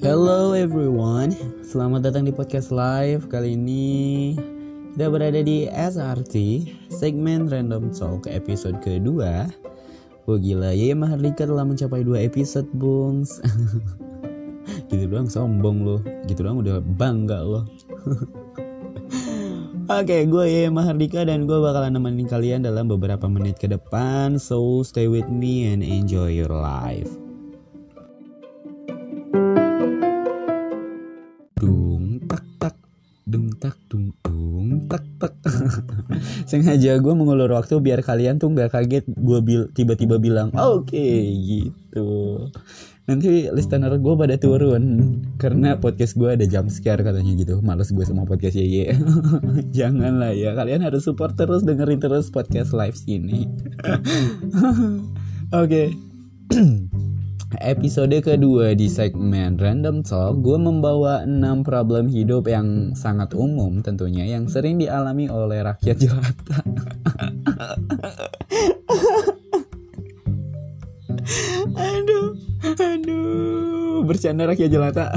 Hello everyone, selamat datang di podcast live. Kali ini kita berada di SRT, segmen Random Talk episode kedua. Wah gila, Yaya Mahardika telah mencapai 2 episode bungs. Gitu doang sombong lo, gitu doang udah bangga lo. Oke, gue Yaya Mahardika dan gue bakalan nemenin kalian dalam beberapa menit ke depan. So stay with me and enjoy your life. Sengaja gue mengulur waktu biar kalian tuh gak kaget gue tiba-tiba bilang oke, gitu. Nanti listener gue pada turun karena podcast gue ada jump scare katanya gitu. Males gue sama podcast Yeye. Janganlah ya, kalian harus support terus, dengerin terus podcast live sini. Oke. Episode kedua di segmen Random Talk, gue membawa 6 problem hidup yang sangat umum tentunya, yang sering dialami oleh rakyat jelata. Aduh, bercanda rakyat jelata.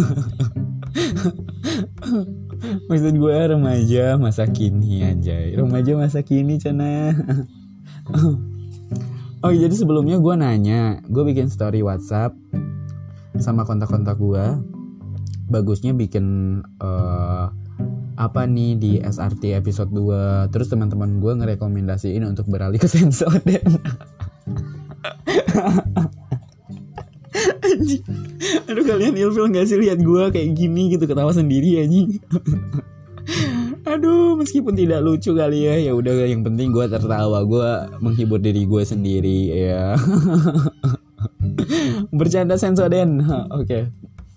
Maksud gue remaja masa kini anjay. Remaja masa kini cana. Oh jadi sebelumnya gue nanya, gue bikin story WhatsApp sama kontak-kontak gue, bagusnya bikin apa nih di SRT episode 2. Terus teman-teman gue ngerekomendasiin untuk beralih ke Sensoden. Anjing, aduh kalian ilfil gak sih lihat gue kayak gini gitu, ketawa sendiri anjing. Aduh, meskipun tidak lucu kali ya, ya udah yang penting gue tertawa, gue menghibur diri gue sendiri ya. Bercanda Sensoden, oke.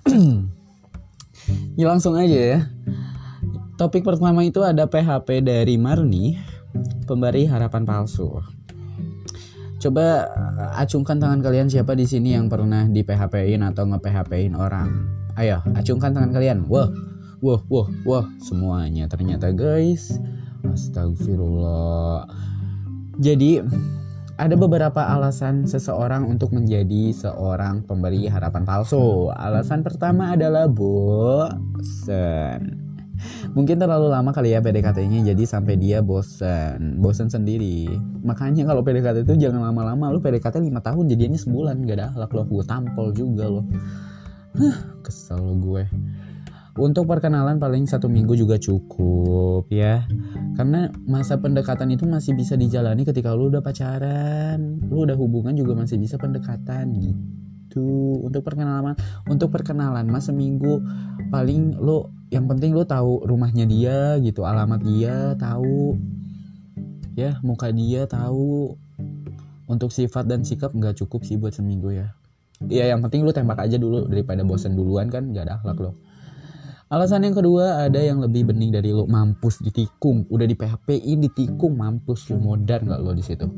Ya langsung aja ya. Topik pertama itu ada PHP dari Marni, pemberi harapan palsu. Coba acungkan tangan kalian, siapa di sini yang pernah di PHP-in atau nge-PHP-in orang? Ayo, acungkan tangan kalian. Wah, semuanya ternyata guys. Astagfirullah. Jadi ada beberapa alasan seseorang untuk menjadi seorang pemberi harapan palsu. Alasan pertama adalah bosan. Mungkin terlalu lama kali ya PDKT-nya, jadi sampai dia bosan sendiri. Makanya kalau PDKT itu jangan lama-lama. Lu PDKT 5 tahun jadinya sebulan, gak ada akhlak lo. Gue tampol juga lo. Kesel gue. Untuk perkenalan paling 1 minggu juga cukup ya. Karena masa pendekatan itu masih bisa dijalani ketika lu udah pacaran. Lu udah hubungan juga masih bisa pendekatan gitu. Untuk perkenalan mas seminggu paling lu, yang penting lu tahu rumahnya dia gitu, alamat dia tahu. Ya, muka dia tahu. Untuk sifat dan sikap enggak cukup sih buat seminggu ya. Ya yang penting lu tembak aja dulu daripada bosan duluan kan, enggak ada akhlak lo. Alasan yang kedua, ada yang lebih bening dari lo, mampus ditikung, udah di PHP-in ditikung, mampus lo, modern gak lo di situ.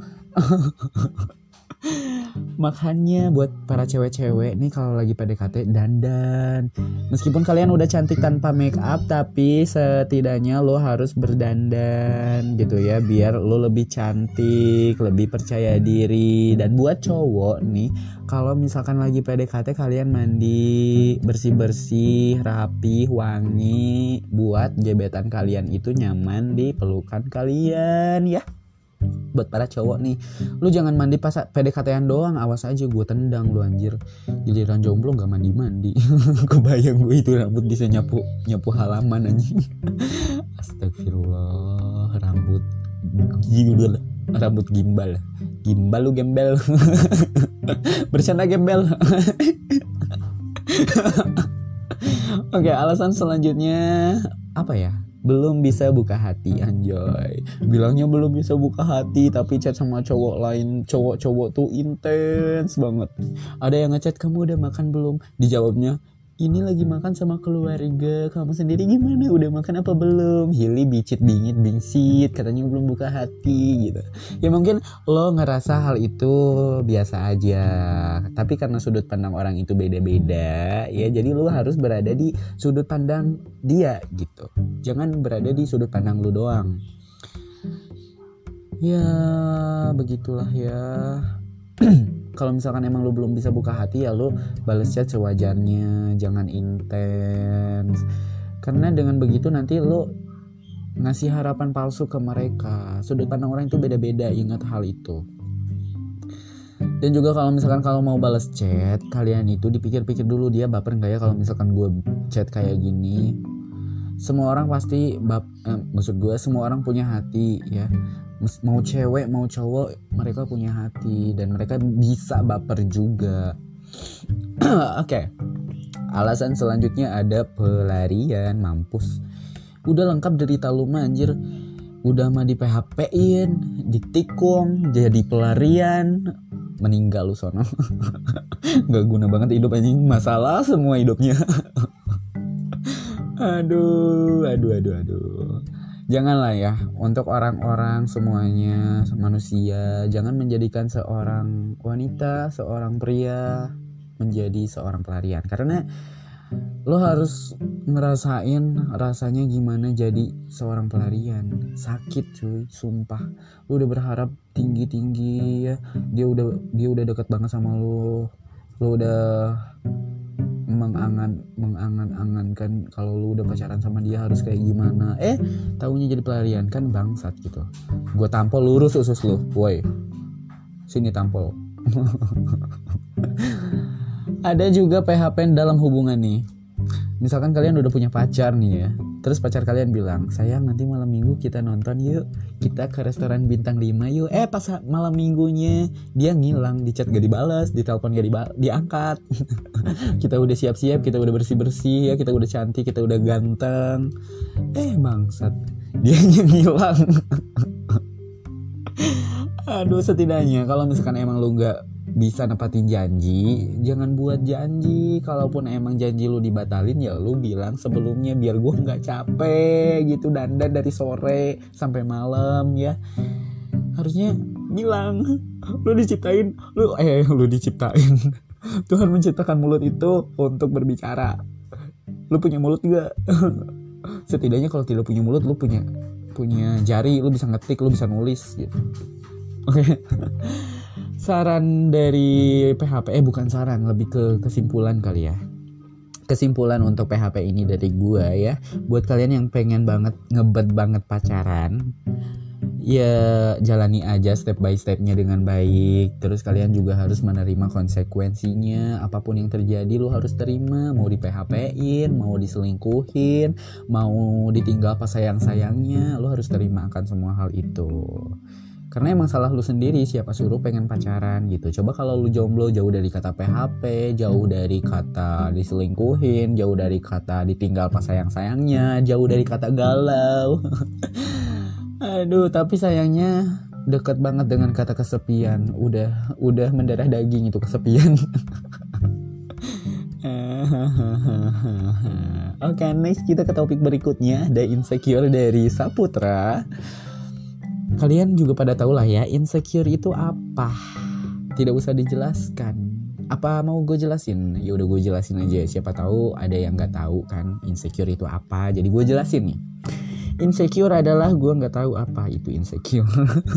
Makanya buat para cewek-cewek nih kalau lagi PDKT dandan. Meskipun kalian udah cantik tanpa make up, tapi setidaknya lo harus berdandan gitu ya, biar lo lebih cantik, lebih percaya diri. Dan buat cowok nih, kalau misalkan lagi PDKT kalian mandi bersih-bersih, rapi, wangi, buat gebetan kalian itu nyaman di pelukan kalian ya. Buat para cowok nih, lu jangan mandi pas PDKT-an doang, awas aja gue tendang lu anjir. Giliran jomblo gak mandi-mandi. Kebayang gue itu rambut bisa nyapu halaman anjing. Astagfirullah, rambut gimbal lu gembel. Bercanda gembel. Oke, alasan selanjutnya apa ya? Belum bisa buka hati, anjoy. Bilangnya belum bisa buka hati, tapi chat sama cowok lain, cowok tuh intens banget. Ada yang ngechat, kamu udah makan belum? Dijawabnya, ini lagi makan sama keluarga. Kamu sendiri gimana? Udah makan apa belum? Hili bicit bingit bingsit, katanya belum buka hati gitu. Ya mungkin lo ngerasa hal itu biasa aja, tapi karena sudut pandang orang itu beda-beda ya, jadi lo harus berada di sudut pandang dia gitu. Jangan berada di sudut pandang lo doang. Ya begitulah ya. kalau misalkan emang lu belum bisa buka hati, ya lu balas chat sewajarnya, jangan intens. Karena dengan begitu nanti lu ngasih harapan palsu ke mereka. Sudut pandang orang itu beda-beda, ingat hal itu. Dan juga kalau misalkan kalau mau balas chat, kalian itu dipikir-pikir dulu dia baper nggak ya kalau misalkan gue chat kayak gini. Semua orang pasti maksud gue semua orang punya hati ya. Mau cewek mau cowok, mereka punya hati dan mereka bisa baper juga. Oke. Alasan selanjutnya ada pelarian. Mampus. Udah lengkap derita lu mah anjir. Udah mah di PHP-in, ditikung, jadi pelarian, meninggal lu sono. Gak guna banget hidup anjing, masalah semua hidupnya. Aduh. Janganlah ya, untuk orang-orang semuanya manusia, jangan menjadikan seorang wanita, seorang pria menjadi seorang pelarian. Karena lo harus ngerasain rasanya gimana jadi seorang pelarian. Sakit cuy, sumpah. Lo udah berharap tinggi-tinggi ya, dia udah dekat banget sama lo udah mengangan-angankan kalau lu udah pacaran sama dia harus kayak gimana. Taunya jadi pelarian, kan bangsat gitu. Gue tampol lurus usus lu, woi. Sini tampol. Ada juga PHP dalam hubungan nih. Misalkan kalian udah punya pacar nih ya, terus pacar kalian bilang, sayang nanti malam minggu kita nonton yuk, kita ke restoran bintang 5 yuk. Pas malam minggunya dia ngilang, di chat gak dibalas, di telepon gak diangkat. Kita udah siap-siap, kita udah bersih-bersih ya, kita udah cantik, kita udah ganteng. Bangsat, dia ngilang. Aduh, setidaknya kalau misalkan emang lu gak bisa nepatin janji, jangan buat janji. Kalaupun emang janji lu dibatalin, ya lu bilang sebelumnya biar gue nggak capek gitu dandan dari sore sampai malam ya. Harusnya bilang lu diciptain Tuhan menciptakan mulut itu untuk berbicara. Lu punya mulut gak? Setidaknya kalau tidak punya mulut, lu punya jari, lu bisa ngetik, lu bisa nulis gitu. Oke. Saran dari PHP, bukan saran, lebih ke kesimpulan kali ya. Kesimpulan untuk PHP ini dari gue ya, buat kalian yang pengen banget ngebet banget pacaran, ya jalani aja step by stepnya dengan baik. Terus kalian juga harus menerima konsekuensinya. Apapun yang terjadi lu harus terima. Mau di PHP-in, mau diselingkuhin, mau ditinggal pas sayang-sayangnya, lu harus terima akan semua hal itu. Karena emang salah lu sendiri, siapa suruh pengen pacaran gitu. Coba kalau lu jomblo, jauh dari kata PHP, jauh dari kata diselingkuhin, jauh dari kata ditinggal pas sayang-sayangnya, jauh dari kata galau. Aduh, tapi sayangnya dekat banget dengan kata kesepian. Udah mendarah daging itu kesepian. Oke, next kita ke topik berikutnya. Ada insecure dari Saputra. Kalian juga pada tahu lah ya, insecure itu apa? Tidak usah dijelaskan. Apa mau gue jelasin? Ya udah gue jelasin aja. Siapa tahu ada yang nggak tahu kan insecure itu apa. Jadi gue jelasin nih. Insecure adalah gue nggak tahu apa itu insecure.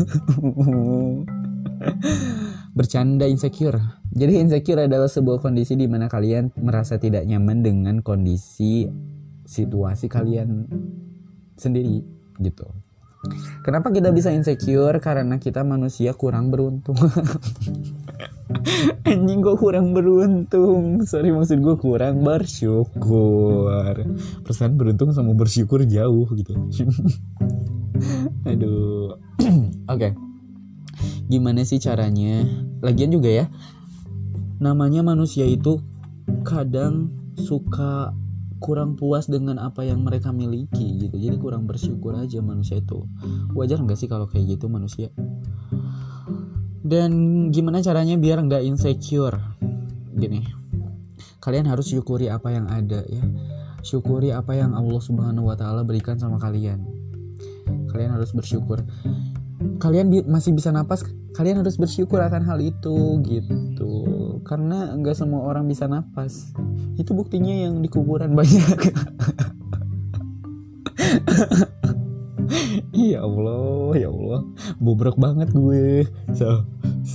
Bercanda insecure. Jadi insecure adalah sebuah kondisi di mana kalian merasa tidak nyaman dengan kondisi situasi kalian sendiri gitu. Kenapa kita bisa insecure? Karena kita manusia kurang beruntung. Anjing, gue kurang beruntung. Sorry, maksud gue kurang bersyukur. Perasaan beruntung sama bersyukur jauh gitu. Aduh. Oke. Gimana sih caranya? Lagian juga ya, namanya manusia itu kadang suka kurang puas dengan apa yang mereka miliki gitu. Jadi kurang bersyukur aja manusia itu. Wajar gak sih kalau kayak gitu manusia? Dan gimana caranya biar gak insecure? Gini, kalian harus syukuri apa yang ada ya. Syukuri apa yang Allah Subhanahu wa Ta'ala berikan sama kalian. Kalian harus bersyukur. Kalian masih bisa napas, kalian harus bersyukur akan hal itu gitu. Karena gak semua orang bisa napas. Itu buktinya yang di kuburan banyak. Ya Allah, ya Allah, bobrok banget gue. So.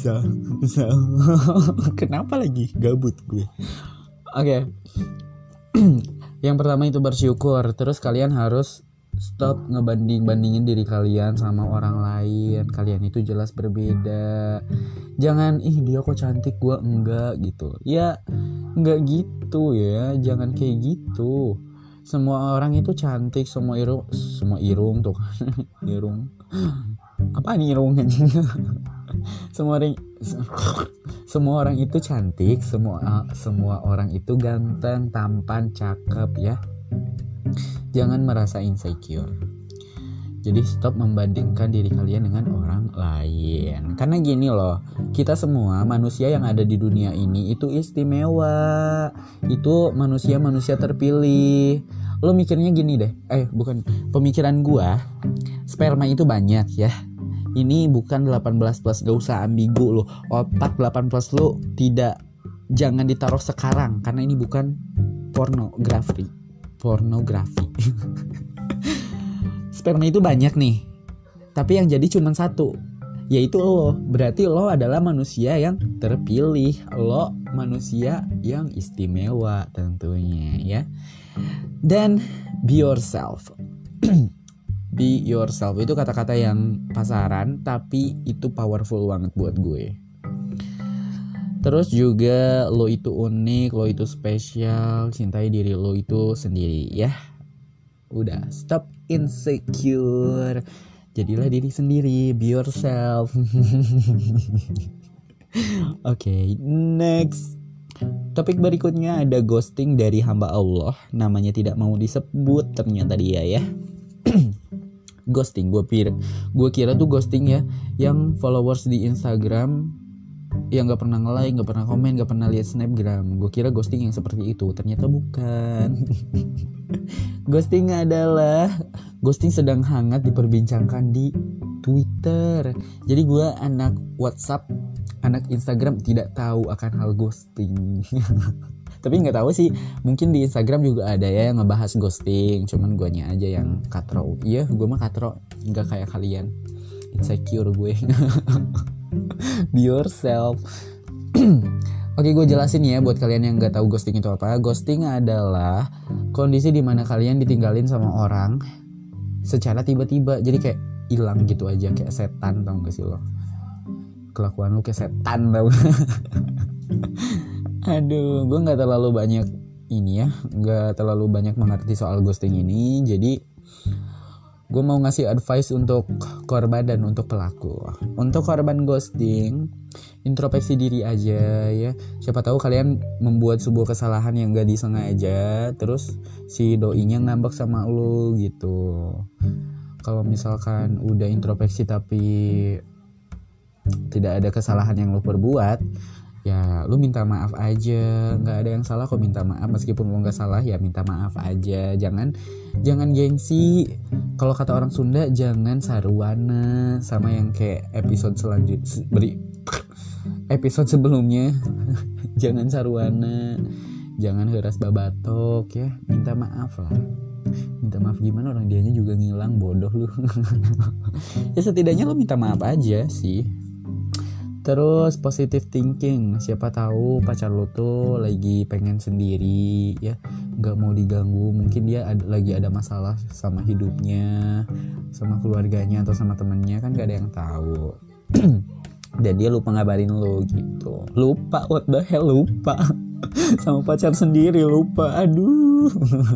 Kenapa lagi gabut gue? Oke. Yang pertama itu bersyukur. Terus kalian harus stop ngebanding-bandingin diri kalian sama orang lain. Kalian itu jelas berbeda. Jangan dia kok cantik gua enggak gitu. Ya enggak gitu ya. Jangan kayak gitu. Semua orang itu cantik, semua irung tuh. Irung. Apaan irung? Semua orang itu cantik, semua orang itu ganteng, tampan, cakep ya. Jangan merasa insecure. Jadi stop membandingkan diri kalian dengan orang lain. Karena gini loh, kita semua manusia yang ada di dunia ini itu istimewa. Itu manusia-manusia terpilih. Lo mikirnya gini deh. Bukan, pemikiran gua, sperma itu banyak ya. Ini bukan 18 plus, gak usah ambigu lo. Otak 18 plus lo jangan ditaruh sekarang, karena ini bukan pornografi. Sperma itu banyak nih, tapi yang jadi cuma satu, yaitu lo. Berarti lo adalah manusia yang terpilih. Lo manusia yang istimewa tentunya ya. Dan be yourself. Be yourself itu kata-kata yang pasaran, tapi itu powerful banget buat gue. Terus juga lo itu unik, lo itu spesial, cintai diri lo itu sendiri ya. Udah, stop insecure. Jadilah diri sendiri, be yourself. Oke, next. Topik berikutnya ada ghosting dari hamba Allah. Namanya tidak mau disebut ternyata dia ya. Ghosting, gue kira tuh ghosting ya, yang followers di Instagram yang gak pernah nge-like, gak pernah komen, gak pernah lihat snapgram. Gue kira ghosting yang seperti itu, ternyata bukan. Ghosting sedang hangat diperbincangkan di Twitter. Jadi gue anak WhatsApp, anak Instagram tidak tahu akan hal ghosting. Tapi nggak tahu sih, mungkin di Instagram juga ada ya yang ngebahas ghosting. Cuman guanya aja yang katro. Iya, gue mah katro, nggak kayak kalian. Insecure gue. Be yourself. Oke, gue jelasin ya buat kalian yang nggak tahu ghosting itu apa. Ghosting adalah kondisi di mana kalian ditinggalin sama orang secara tiba-tiba. Jadi kayak hilang gitu aja, kayak setan, tau gak sih lo? Kelakuan lo kayak setan tau. Aduh, gue gak terlalu banyak mengerti soal ghosting ini. Jadi gue mau ngasih advice untuk korban dan untuk pelaku. Untuk korban ghosting, introspeksi diri aja ya. Siapa tahu kalian membuat sebuah kesalahan yang gak disengaja, terus si doinya ngambek sama lo gitu. Kalau misalkan udah introspeksi tapi tidak ada kesalahan yang lo perbuat, ya lu minta maaf aja. Nggak ada yang salah kok minta maaf. Meskipun lu nggak salah ya minta maaf aja. Jangan gengsi. Kalau kata orang Sunda, jangan sarwana. Sama yang kayak episode sebelumnya. Jangan sarwana, jangan heras babatok ya. Minta maaf lah. Minta maaf gimana, orang dianya juga ngilang, bodoh lu. Ya setidaknya lu minta maaf aja sih. Terus positive thinking, siapa tahu pacar lo tuh lagi pengen sendiri ya, nggak mau diganggu. Mungkin dia lagi ada masalah sama hidupnya, sama keluarganya atau sama temennya, kan nggak ada yang tahu. Dan dia lupa ngabarin lo gitu. Lupa, what the hell, lupa. Sama pacar sendiri lupa, aduh.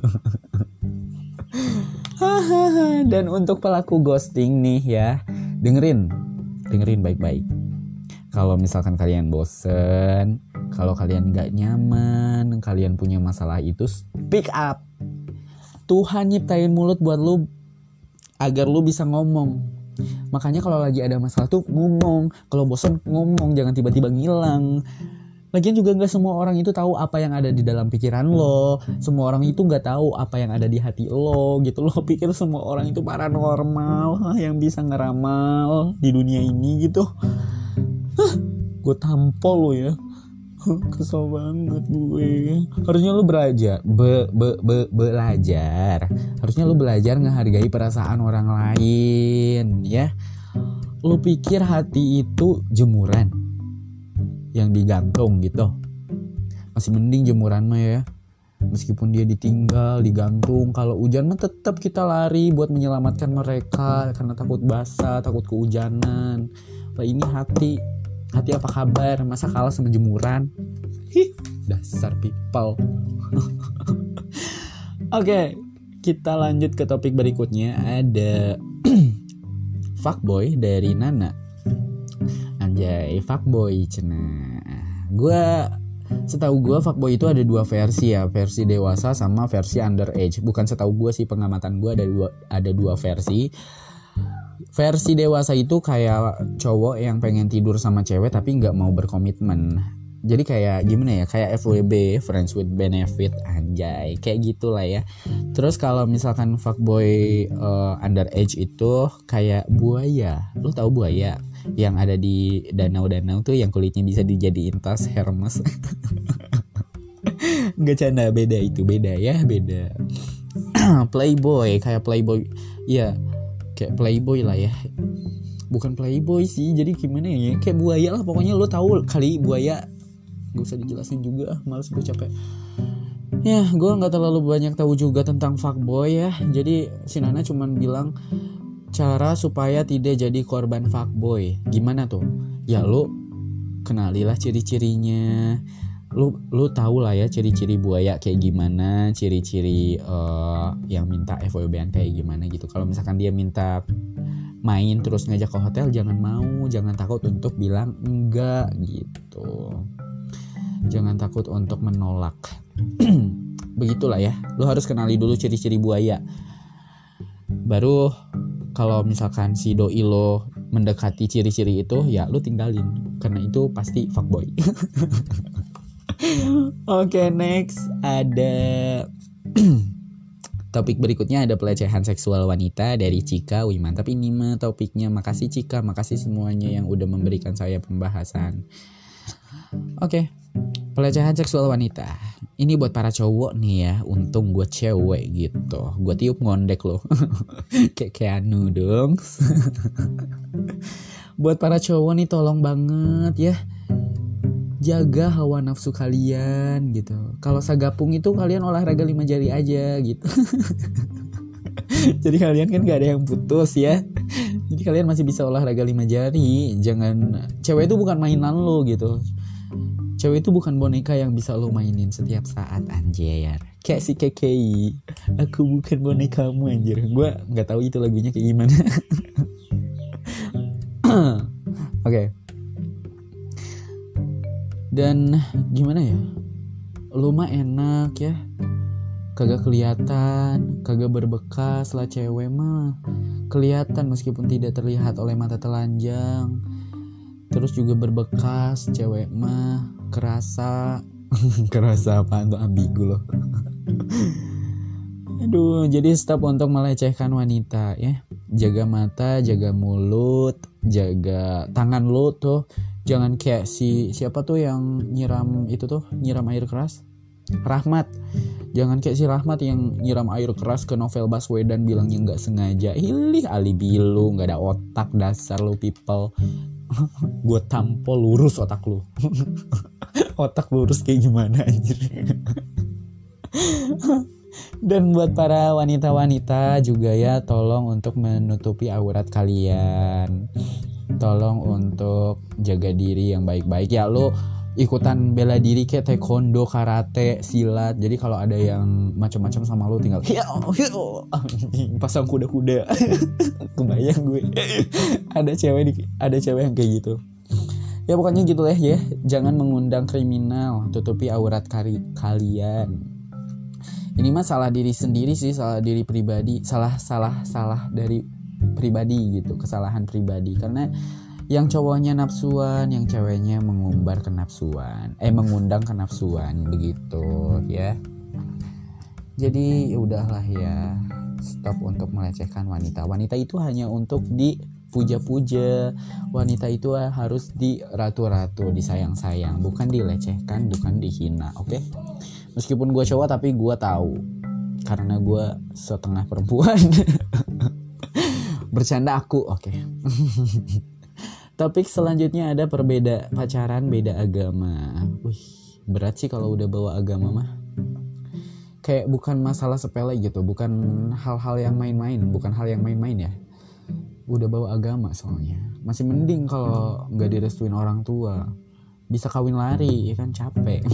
Dan untuk pelaku ghosting nih ya, dengerin baik-baik. Kalau misalkan kalian bosen, kalau kalian gak nyaman, kalian punya masalah itu, speak up. Tuhan nyiptain mulut buat lu agar lu bisa ngomong. Makanya kalau lagi ada masalah tuh ngomong. Kalau bosen ngomong, jangan tiba-tiba ngilang. Lagian juga gak semua orang itu tahu apa yang ada di dalam pikiran lo. Semua orang itu gak tahu apa yang ada di hati lo gitu. Lo pikir semua orang itu paranormal yang bisa ngeramal di dunia ini gitu. Gue tampol lo ya. Kesel banget gue. Harusnya lu belajar. Harusnya lu belajar ngehargai perasaan orang lain, ya. Lu pikir hati itu jemuran yang digantung gitu? Masih mending jemuran mah ya. Meskipun dia ditinggal, digantung, kalau hujan mah tetap kita lari buat menyelamatkan mereka karena takut basah, takut kehujanan. Lah ini hati apa kabar? Masa kalah sama jemuran? Dasar people. Oke, kita lanjut ke topik berikutnya. Ada fuckboy dari Nana. Anjay, fuckboy cenah. Setahu gue fuckboy itu ada 2 versi ya, versi dewasa sama versi underage. Bukan setahu gue sih, pengamatan gue ada 2 versi. Versi dewasa itu kayak cowok yang pengen tidur sama cewek tapi nggak mau berkomitmen. Jadi kayak gimana ya, kayak FWB, friends with benefit, anjay, kayak gitulah ya. Terus kalau misalkan fuckboy underage itu kayak buaya. Lu tahu buaya yang ada di danau-danau tuh yang kulitnya bisa dijadiin tas Hermes? Nggak canda, beda ya. Playboy, kayak playboy. Iya, kayak playboy lah ya. Bukan playboy sih, jadi gimana ya, kayak buaya lah pokoknya. Lu tahu kali buaya, gak usah dijelasin juga, males gue, capek. Ya, gue gak terlalu banyak tahu juga tentang fuckboy ya. Jadi si Nana cuman bilang cara supaya tidak jadi korban fuckboy. Gimana tuh? Ya lu kenalilah ciri-cirinya. Lu tahu lah ya ciri-ciri buaya kayak gimana, ciri-ciri yang minta FWB-an kayak gimana gitu. Kalau misalkan dia minta main terus ngajak ke hotel, jangan mau, jangan takut untuk bilang enggak gitu. Jangan takut untuk menolak. Begitulah ya. Lu harus kenali dulu ciri-ciri buaya. Baru kalau misalkan si doi lo mendekati ciri-ciri itu, ya lu tinggalin, karena itu pasti fuckboy. Oke, next ada topik berikutnya, ada pelecehan seksual wanita dari Cika. Wih, mantap ini mah topiknya. Makasih Cika, makasih semuanya yang udah memberikan saya pembahasan. Oke, pelecehan seksual wanita. Ini buat para cowok nih ya. Untung gue cewek gitu. Gue tiup ngondek loh. Kayak Keanu dong. Buat para cowok nih, tolong banget ya, jaga hawa nafsu kalian gitu. Kalau sagapung itu kalian olahraga 5 jari aja gitu. Jadi kalian kan gak ada yang putus ya. Jadi kalian masih bisa olahraga 5 jari. Jangan, cewek itu bukan mainan lo gitu. Cewek itu bukan boneka yang bisa lo mainin setiap saat, anjir. Kayak si KKI, aku bukan bonekamu, anjir. Gue gak tahu itu lagunya kayak gimana. Oke. Dan gimana ya, lu mah enak ya, kagak kelihatan, kagak berbekas lah. Cewek mah kelihatan meskipun tidak terlihat oleh mata telanjang. Terus juga berbekas, cewek mah kerasa. Kerasa apaan tuh, ambigu loh. Aduh, jadi stop untuk melecehkan wanita ya. Jaga mata, jaga mulut, jaga tangan lu tuh. Jangan kayak siapa tuh yang nyiram air keras, Rahmat. Jangan kayak si Rahmat yang nyiram air keras ke Novel Baswedan, bilangnya nggak sengaja. Hilih, alibi lu, nggak ada otak, dasar lu people. Gue tampol lurus otak lu. Otak lurus kayak gimana anjir. Dan buat para wanita-wanita juga ya, tolong untuk menutupi aurat kalian. Tolong untuk jaga diri yang baik-baik ya. Lo ikutan bela diri kayak taekwondo, karate, silat. Jadi kalau ada yang macam-macam sama lo, tinggal pasang kuda-kuda. Kebayang gue. Ada cewek yang kayak gitu. Ya pokoknya gitu ya. Jangan mengundang kriminal, tutupi aurat kalian. Ini mah salah diri sendiri sih, salah diri pribadi, salah dari pribadi gitu, kesalahan pribadi. Karena yang cowoknya nafsuan, yang ceweknya mengundang kenafsuan begitu ya. Jadi udahlah ya, stop untuk melecehkan wanita. Wanita itu hanya untuk dipuja-puja. Wanita itu harus diratu-ratu, disayang-sayang, bukan dilecehkan, bukan dihina. Oke? Meskipun gue cowok tapi gue tahu karena gue setengah perempuan. Bercanda aku. Oke. Topik selanjutnya ada pacaran beda agama. Wih, berat sih kalau udah bawa agama mah. Kayak bukan masalah sepele gitu, bukan hal-hal yang main-main, ya. Udah bawa agama soalnya. Masih mending kalau nggak direstuin orang tua, bisa kawin lari, ya kan, capek.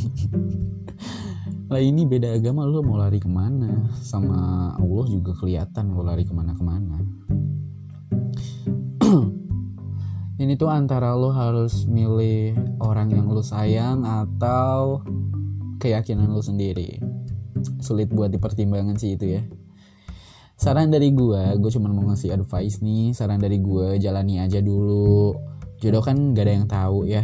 Lah ini beda agama, lu mau lari kemana? Sama Allah juga kelihatan lu lari kemana-kemana. Ini tuh antara lu harus milih orang yang lu sayang atau keyakinan lu sendiri. Sulit buat dipertimbangkan sih itu ya. Saran dari gue cuma mau ngasih advice nih. Saran dari gue, jalani aja dulu. Jodoh kan gak ada yang tahu ya.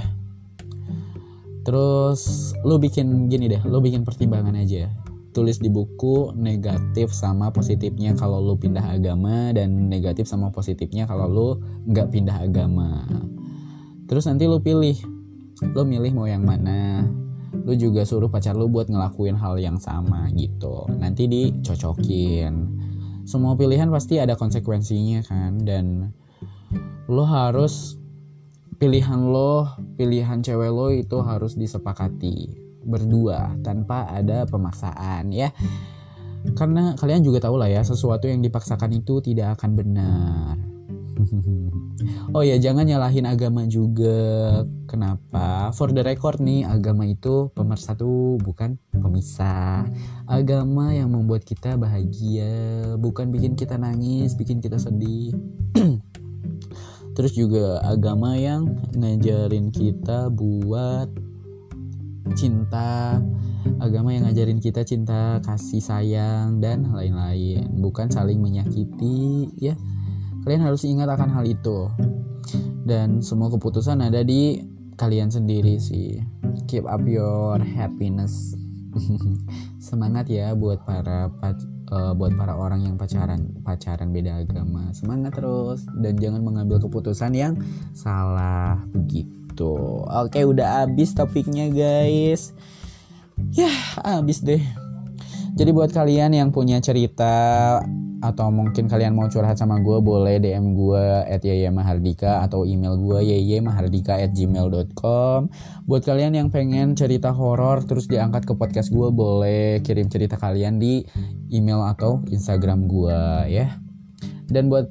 Terus lu bikin gini deh, lu bikin pertimbangan aja. Tulis di buku negatif sama positifnya kalau lu pindah agama, dan negatif sama positifnya kalau lu gak pindah agama. Terus nanti lu pilih, lu milih mau yang mana. Lu juga suruh pacar lu buat ngelakuin hal yang sama gitu. Nanti dicocokin. Semua pilihan pasti ada konsekuensinya kan. Dan lu harus pilihan cewek lo itu harus disepakati berdua tanpa ada pemaksaan ya. Karena kalian juga tahu lah ya, sesuatu yang dipaksakan itu tidak akan benar. Oh ya, jangan nyalahin agama juga. Kenapa? For the record nih, agama itu pemersatu, bukan pemisah. Agama yang membuat kita bahagia, bukan bikin kita nangis, bikin kita sedih. Terus juga agama yang ngajarin kita buat cinta, agama yang ngajarin kita cinta, kasih sayang, dan lain-lain, bukan saling menyakiti ya. Kalian harus ingat akan hal itu. Dan semua keputusan ada di kalian sendiri sih. Keep up your happiness. Semangat ya buat para orang yang pacaran beda agama. Semangat terus dan jangan mengambil keputusan yang salah begitu. Oke, udah habis topiknya guys. Ya, habis deh. Jadi buat kalian yang punya cerita atau mungkin kalian mau curhat sama gue, boleh DM gue @yayemahardika atau email gue yayemahardika@gmail.com. Buat kalian yang pengen cerita horor terus diangkat ke podcast gue, boleh kirim cerita kalian di email atau Instagram gue ya. Dan buat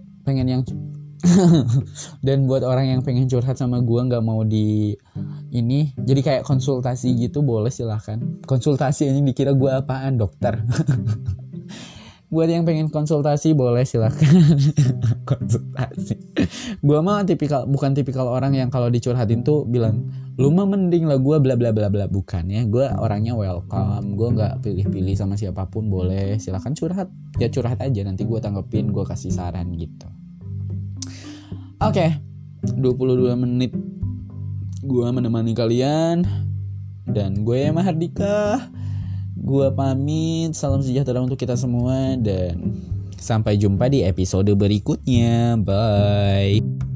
orang yang pengen curhat sama gue, nggak mau ini jadi kayak konsultasi gitu, boleh silahkan. Konsultasi ini dikira gue apaan, dokter? Buat yang pengen konsultasi boleh silahkan. Konsultasi. Gue mah bukan tipikal orang yang kalau dicurhatin tuh bilang lu mah mending lah gue bla bla bla bla, bukan ya. Gue orangnya welcome. Gue nggak pilih-pilih sama siapapun, boleh silahkan curhat. Ya curhat aja, nanti gue tanggepin, gue kasih saran gitu. Oke, 22 menit gue menemani kalian. Dan gue Mahardika, gue pamit. Salam sejahtera untuk kita semua dan sampai jumpa di episode berikutnya. Bye.